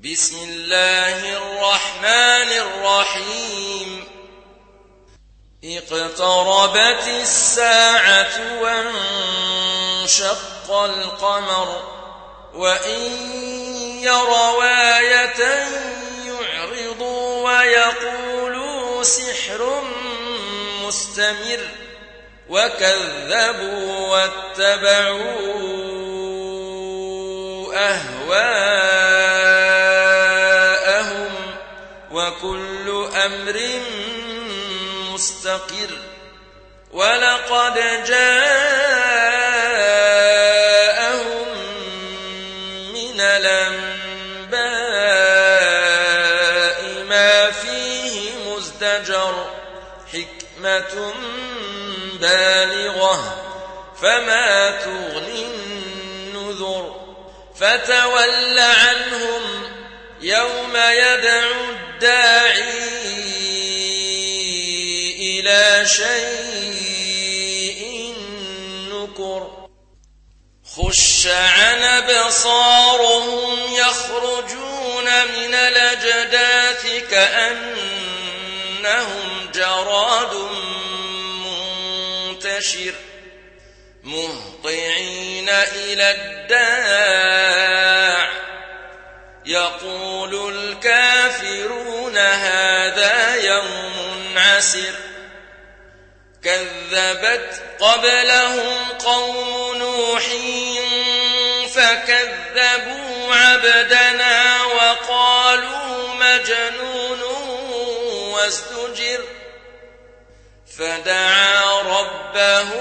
بسم الله الرحمن الرحيم اقتربت الساعة وانشق القمر وإن يروا آية يعرضوا ويقولوا سحر مستمر وكذبوا واتبعوا أهواءهم وكل أمر مستقر ولقد جاءهم من الأنباء ما فيه مزدجر حكمة بالغة فما تغني النذر فتول عنهم يوم يدعو الداعي إلى شيء نكر خش عن أبصارهم يخرجون من الأجداث كأنهم جراد منتشر مهطعين إلى الداع يقول الكافرون هذا يوم عسر كذبت قبلهم قوم نوح فكذبوا عبدنا وقالوا مجنون وازدجر فدعا ربه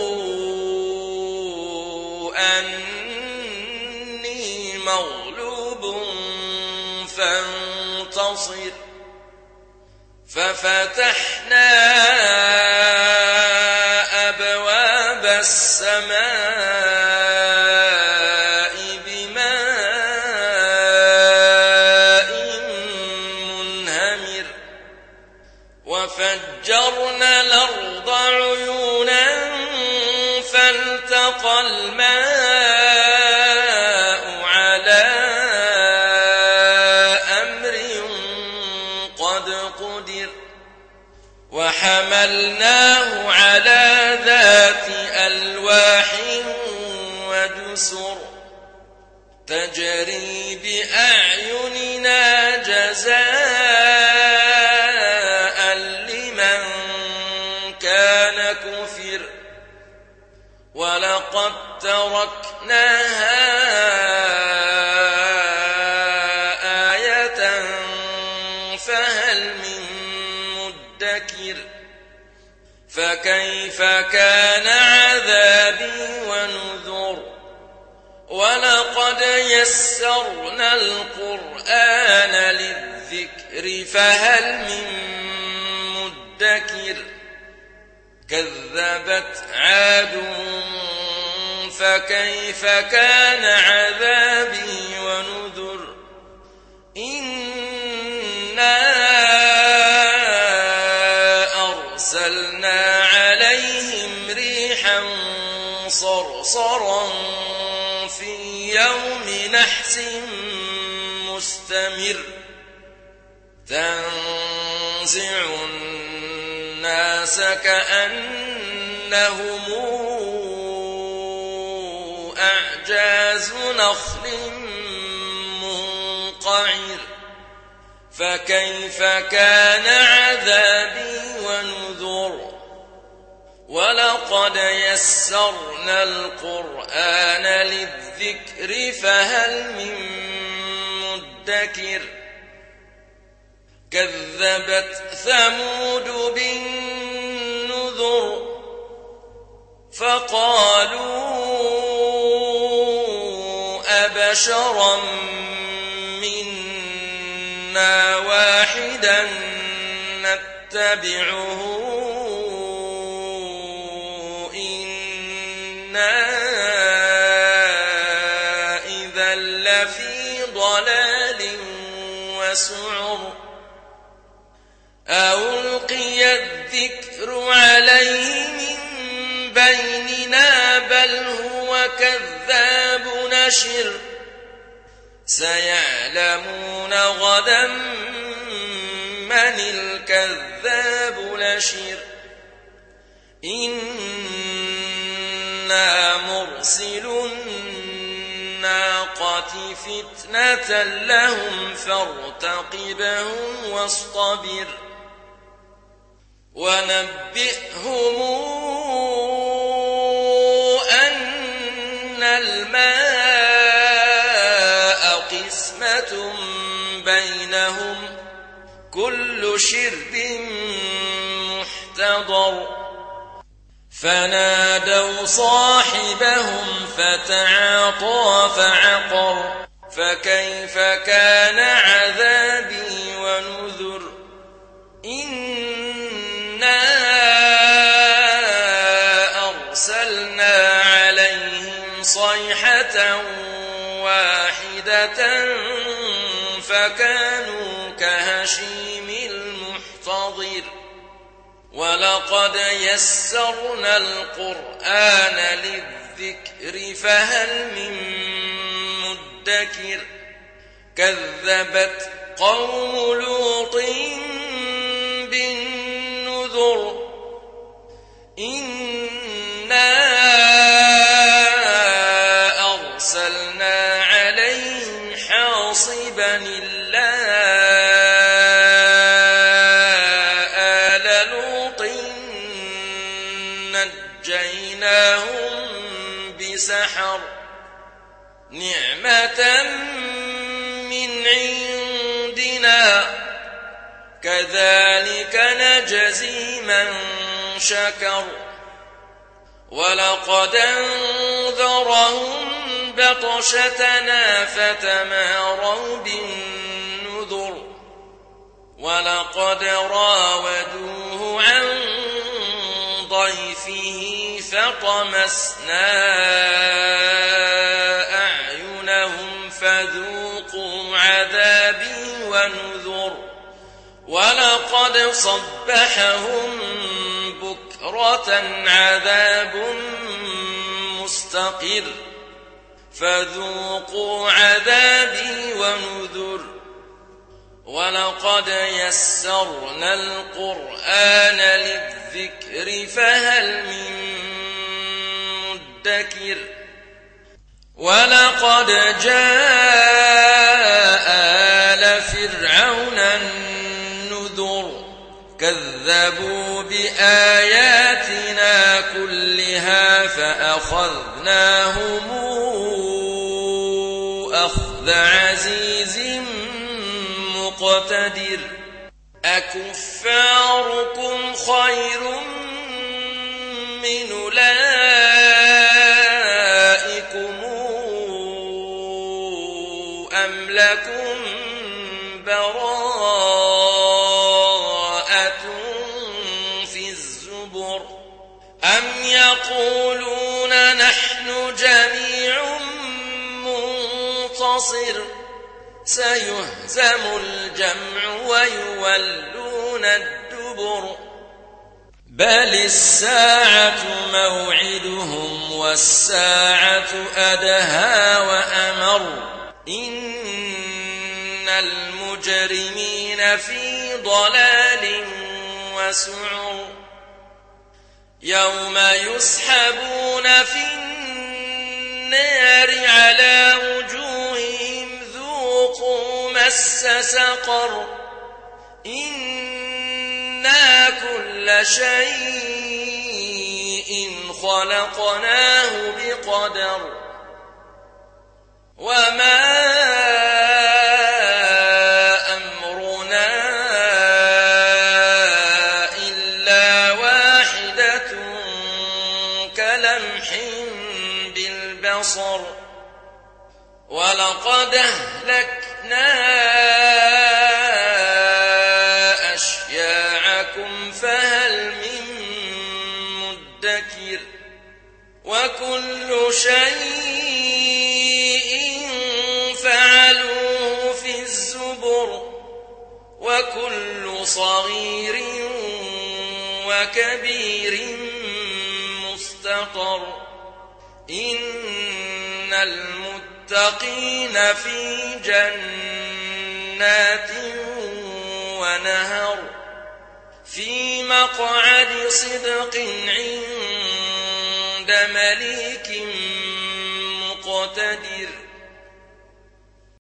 أني مغلوب فانتصر ففتحنا أبواب السماء بماء منهمر وفجرنا الأرض عيونا فالتقى الماء على أمر قد قدر وحملناه على ذات ألواح ودسر تجري بأعيننا جزاء لمن كان كفر ولقد تركناها آية فهل من مدكر فكيف كان عذابي ونذر ولقد يسرنا القرآن للذكر فهل من مدكر كذبت عاد فكيف كان عذابي ونذر إنا أرسلنا عليهم ريحا صرصرا في يوم نحس مستمر تنزع الناس كأنهم أعجاز نخل منقعر فكيف كان عذابي ونذر ولقد يسرنا القرآن للذكر فهل من مدكر كذبت ثمود بالنذر فقالوا أبشرا منا واحدا نتبعه إنا إذا لفي ضلال وسعر ألقي الذكر عليه من بيننا بل هو كذاب نشر سيعلمون غدا من الكذاب الأشر إنا مرسل الناقة فتنة لهم فارتقبهم واصطبر ونبئهم أن الماء قسمة بينهم كل شرب محتضر فنادوا صاحبهم فتعاطى فعقر فكيف كان عذابي ونذر إنا أرسلنا عليهم صيحة واحدة فكانوا كهشيم المحتضر ولقد يسرنا القرآن للذكر فهل من مدكر كذبت قوم لوط بالنذر إنا أرسلنا عليهم حاصبا إلا آل لوط نجيناهم بسحر نعمة من عندنا كذلك نجزي من شكر ولقد أنذرهم بطشتنا فتماروا بالنذر ولقد راودوه عن ضيفه فطمسنا أعينهم فذوقوا عذابي ونذر ولقد صبحهم بكرة عذاب مستقر فذوقوا عذابي ونذر ولقد يسرنا القرآن للذكر فهل من مدكر ولقد جاء آل فرعون النذر كذبوا بآياتنا كلها فأخذناهم أخذ عزيز مقتدر أكفاركم خير من أولئكم أم لكم براءة في الزبر أم يقولون نحن جميع منتصر سيهزم الجمع ويولون الدبر بل الساعة موعدهم والساعة أدهى وأمر إن المجرمين في ضلال وسعر يوم يسحبون في النار على وجوههم ذوقوا مس سقر إنا كل شيء خلقناه بقدر وما أمرنا إلا واحدة كلمح بالبصر ولقد أهلكنا أشياعكم فهل من مدكر وكل شيء فعلوه في الزبر وكل صغير وكبير مستقر إن المتقين للمتقين في جنات ونهر في مقعد صدق عند مليك مقتدر.